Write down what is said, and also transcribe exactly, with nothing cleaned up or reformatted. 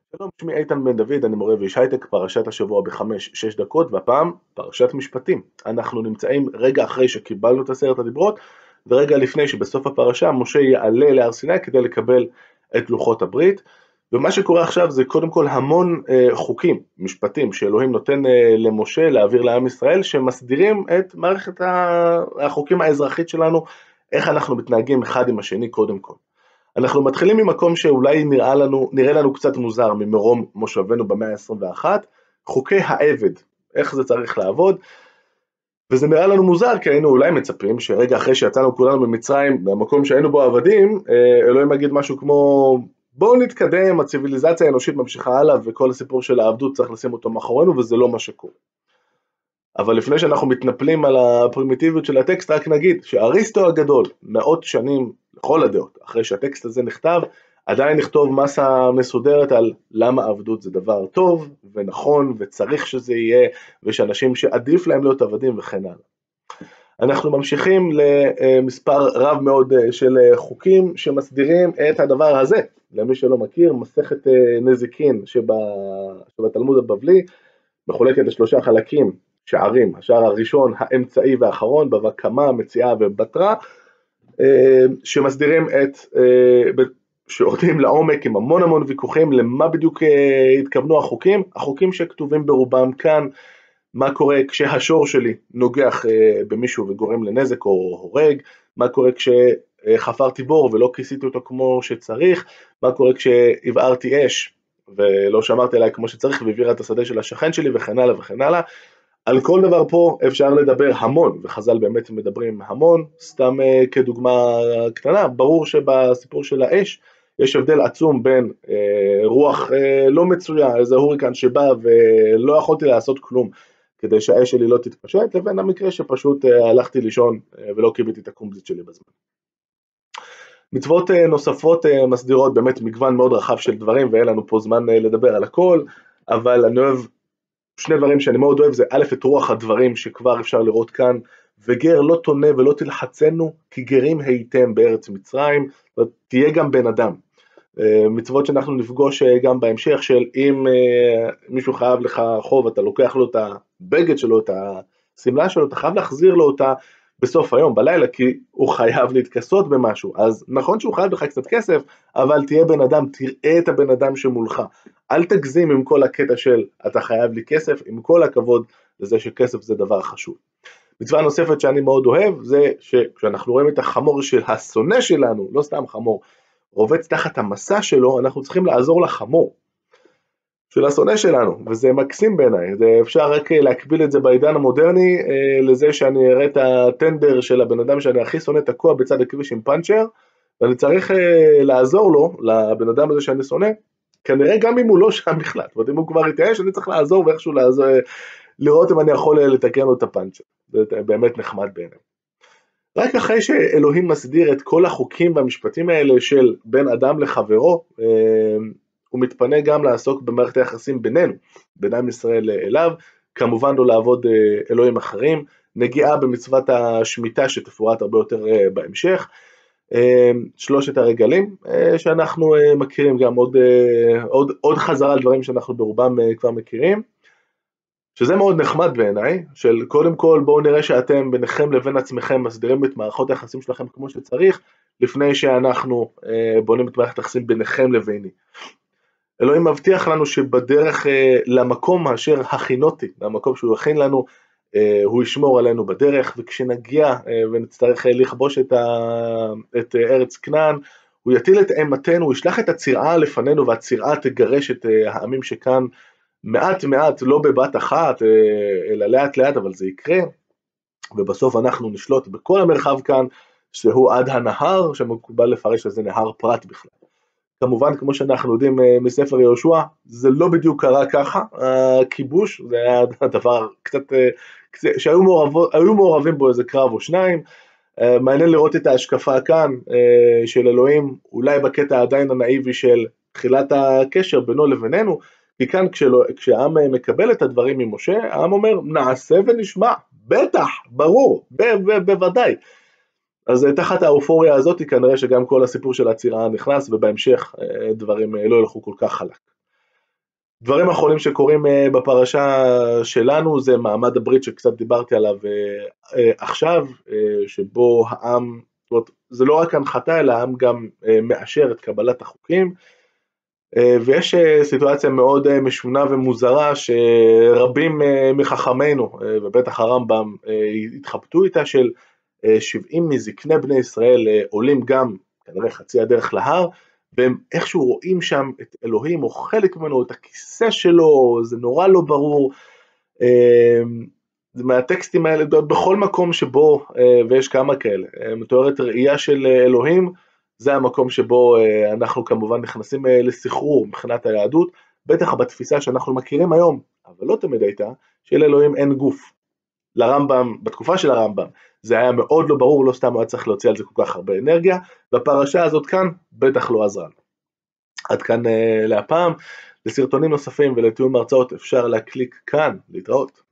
שלום, שמי איתן בן דוד, אני מורה ואיש הייטק, פרשת השבוע בחמש, שש דקות, והפעם פרשת משפטים. אנחנו נמצאים רגע אחרי שקיבלנו את עשרת הדיברות, ורגע לפני שבסוף הפרשה משה יעלה להר סיני כדי לקבל את לוחות הברית, ומה שקורה עכשיו זה קודם כל המון אה, חוקים, משפטים, שאלוהים נותן אה, למשה להעביר לעם ישראל, שמסדירים את מערכת החוקים האזרחית שלנו, איך אנחנו מתנהגים אחד עם השני קודם כל. אנחנו מתחילים ממקום שאולי נראה לנו, נראה לנו קצת מוזר ממרום מושבנו במאה ה-עשרים ואחת, חוקי העבד, איך זה צריך לעבוד, וזה נראה לנו מוזר כי היינו אולי מצפים שרגע אחרי שיצאנו כולנו ממצרים, במקום שהיינו בו עבדים, אלוהים יגיד משהו כמו בואו נתקדם, הציביליזציה האנושית ממשיכה הלאה וכל הסיפור של העבדות צריך לשים אותו מאחורינו, וזה לא מה שקורה. אבל לפני שאנחנו מתנפלים על הפרימיטיביות של הטקסט, רק נגיד שאריסטו הגדול, מאות שנים לכל הדעות, אחרי שהטקסט הזה נכתב, עדיין נכתוב מסה מסודרת על למה עבדות זה דבר טוב ונכון וצריך שזה יהיה, ושאנשים שעדיף להם להיות עבדים וכן הלאה. אנחנו ממשיכים למספר רב מאוד של חוקים שמסדירים את הדבר הזה. למי שלא מכיר, מסכת נזיקין שבתלמוד הבבלי, מחולקת לשלושה חלקים, שערים, השער הראשון, האמצעי והאחרון, בבא קמא, מציאה ובתרא, שמסדירים את, שיורדים לעומק עם המון המון ויכוחים, למה בדיוק התכוונו החוקים, החוקים שכתובים ברובם כאן, מה קורה כשהשור שלי נוגח במישהו וגורם לנזק או הורג, מה קורה כשחפרתי בור ולא כיסיתי אותו כמו שצריך, מה קורה כשהבערתי אש ולא שמרתי עליי כמו שצריך והבעירה את השדה של השכן שלי וכן הלאה וכן הלאה. על כל דבר פה אפשר לדבר המון, וחז"ל באמת מדברים המון, סתם כדוגמה קטנה, ברור שבסיפור של האש יש הבדל עצום בין אה, רוח אה, לא מצויה, איזה הוריקן שבא ולא יכולתי לעשות כלום כדי שהאש שלי לא תתפשט, לבין המקרה שפשוט אה, הלכתי לישון אה, ולא קיבלתי את הקומזית שלי בזמן. מצוות אה, נוספות אה, מסדירות באמת מגוון מאוד רחב של דברים, ואין לנו פה זמן אה, לדבר על הכל, אבל אני אוהב שני דברים שאני מאוד אוהב, זה א' את רוח הדברים שכבר אפשר לראות כאן, וגר לא תונה ולא תלחצנו, כי גרים הייתם בארץ מצרים, תהיה גם בן אדם. מצוות שאנחנו נפגוש גם בהמשך, של אם מישהו חייב לך חוב, אתה לוקח לו את הבגד שלו, את הסמלה שלו, אתה חייב להחזיר לו אותה בסוף היום, בלילה, כי הוא חייב להתכסות במשהו. אז נכון שהוא חייב לך קצת כסף, אבל תהיה בן אדם, תראה את הבן אדם שמולך. אל תגזים עם כל הקטע של אתה חייב לי כסף, עם כל הכבוד לזה שכסף זה דבר חשוב. מצווה נוספת שאני מאוד אוהב, זה שכשאנחנו רואים את החמור של השונא שלנו, לא סתם חמור, רובץ תחת המסע שלו, אנחנו צריכים לעזור לחמור של השונא שלנו, וזה מקסים בעיניי. אפשר רק להקביל את זה בעידן המודרני, לזה שאני אראה את הטנדר של הבן אדם שאני הכי שונא, תקוע בצד הכביש עם פאנצ'ר, ואני צריך לעזור לו, לבן אדם הזה שאני שונא, כנראה גם אם הוא לא שם בכלל, זאת אומרת, אם הוא כבר יתאש, אני צריך לעזור ואיכשהו לעזור, לראות אם אני יכול לתקן לו את הפאנצ'ר. זה באמת נחמד בעיניי. רק אחרי שאלוהים מסדיר את כל החוקים והמשפטים האלה של בין אדם לחברו, הוא מתפנה גם לעסוק במערכת היחסים בינינו, בין עם ישראל אליו, כמובן לא לעבוד אלוהים אחרים, נגיעה במצוות השמיטה שתפורט הרבה יותר בהמשך, שלושת הרגלים שאנחנו מכירים, גם עוד, עוד, עוד חזרה על דברים שאנחנו ברובם כבר מכירים, שזה מאוד נחמד בעיניי, של קודם כל בואו נראה שאתם ביניכם לבין עצמכם מסדירים את מערכות היחסים שלכם כמו שצריך, לפני שאנחנו בונים את מערכת היחסים ביניכם לביני. אלוהים מבטיח לנו שבדרך למקום אשר הכינותי, למקום שהוא הכין לנו, הוא ישמור עלינו בדרך, וכשנגיע ונצטרך לכבוש את, ה... את ארץ כנען, הוא יטיל את אימתנו, הוא ישלח את הצירעה לפנינו, והצירעה תגרש את העמים שכאן, מעט מעט, לא בבת אחת, אלא לאט לאט, אבל זה יקרה, ובסוף אנחנו נשלוט בכל המרחב כאן, שהוא עד הנהר, שמקובל לפרש לזה נהר פרת בכלל. כמובן, כמו שאנחנו יודעים מספר יהושע, זה לא בדיוק קרה ככה, הכיבוש, זה היה דבר קצת, שהיו מעורב, היו מעורבים בו איזה קרב או שניים, מעניין לראות את ההשקפה כאן של אלוהים, אולי בקטע עדיין הנאיבי של תחילת הקשר בינו לבינינו, כי כאן כשהעם מקבל את הדברים ממשה, העם אומר, נעשה ונשמע, בטח, ברור, בוודאי. אז תחת האופוריה הזאת, כנראה שגם כל הסיפור של הצירעה נכנס, ובהמשך דברים לא ילכו כל כך חלק. דברים אחרונים שקורים בפרשה שלנו זה מעמד הברית שקצת דיברתי עליו עכשיו, שבו העם, זאת אומרת, זה לא רק הנחתה אלא העם גם מאשר את קבלת החוקים, ויש סיטואציה מאוד משונה ומוזרה שרבים מחכמינו ובטח הרמב"ם התחבטו איתה, של שבעים מזקני בני ישראל עולים גם כנראה חצי הדרך להר, והם איכשהו רואים שם את אלוהים או חלק ממנו, את הכיסא שלו, זה נורא לא ברור. מהטקסטים האלה בכל מקום שבו, ויש כמה כאלה, מתוארת ראייה של אלוהים, זה המקום שבו אנחנו כמובן נכנסים לסחרור מבחינת היהדות, בטח בתפיסה שאנחנו מכירים היום, אבל לא תמיד הייתה, שלאלוהים אין גוף. לרמב"ם, בתקופה של הרמב"ם, זה היה מאוד לא ברור, לא סתם הוא היה צריך להוציא על זה כל כך הרבה אנרגיה, והפרשה הזאת כאן בטח לא עזרה. עד כאן להפעם, לסרטונים נוספים ולתיאום הרצאות אפשר להקליק כאן, להתראות.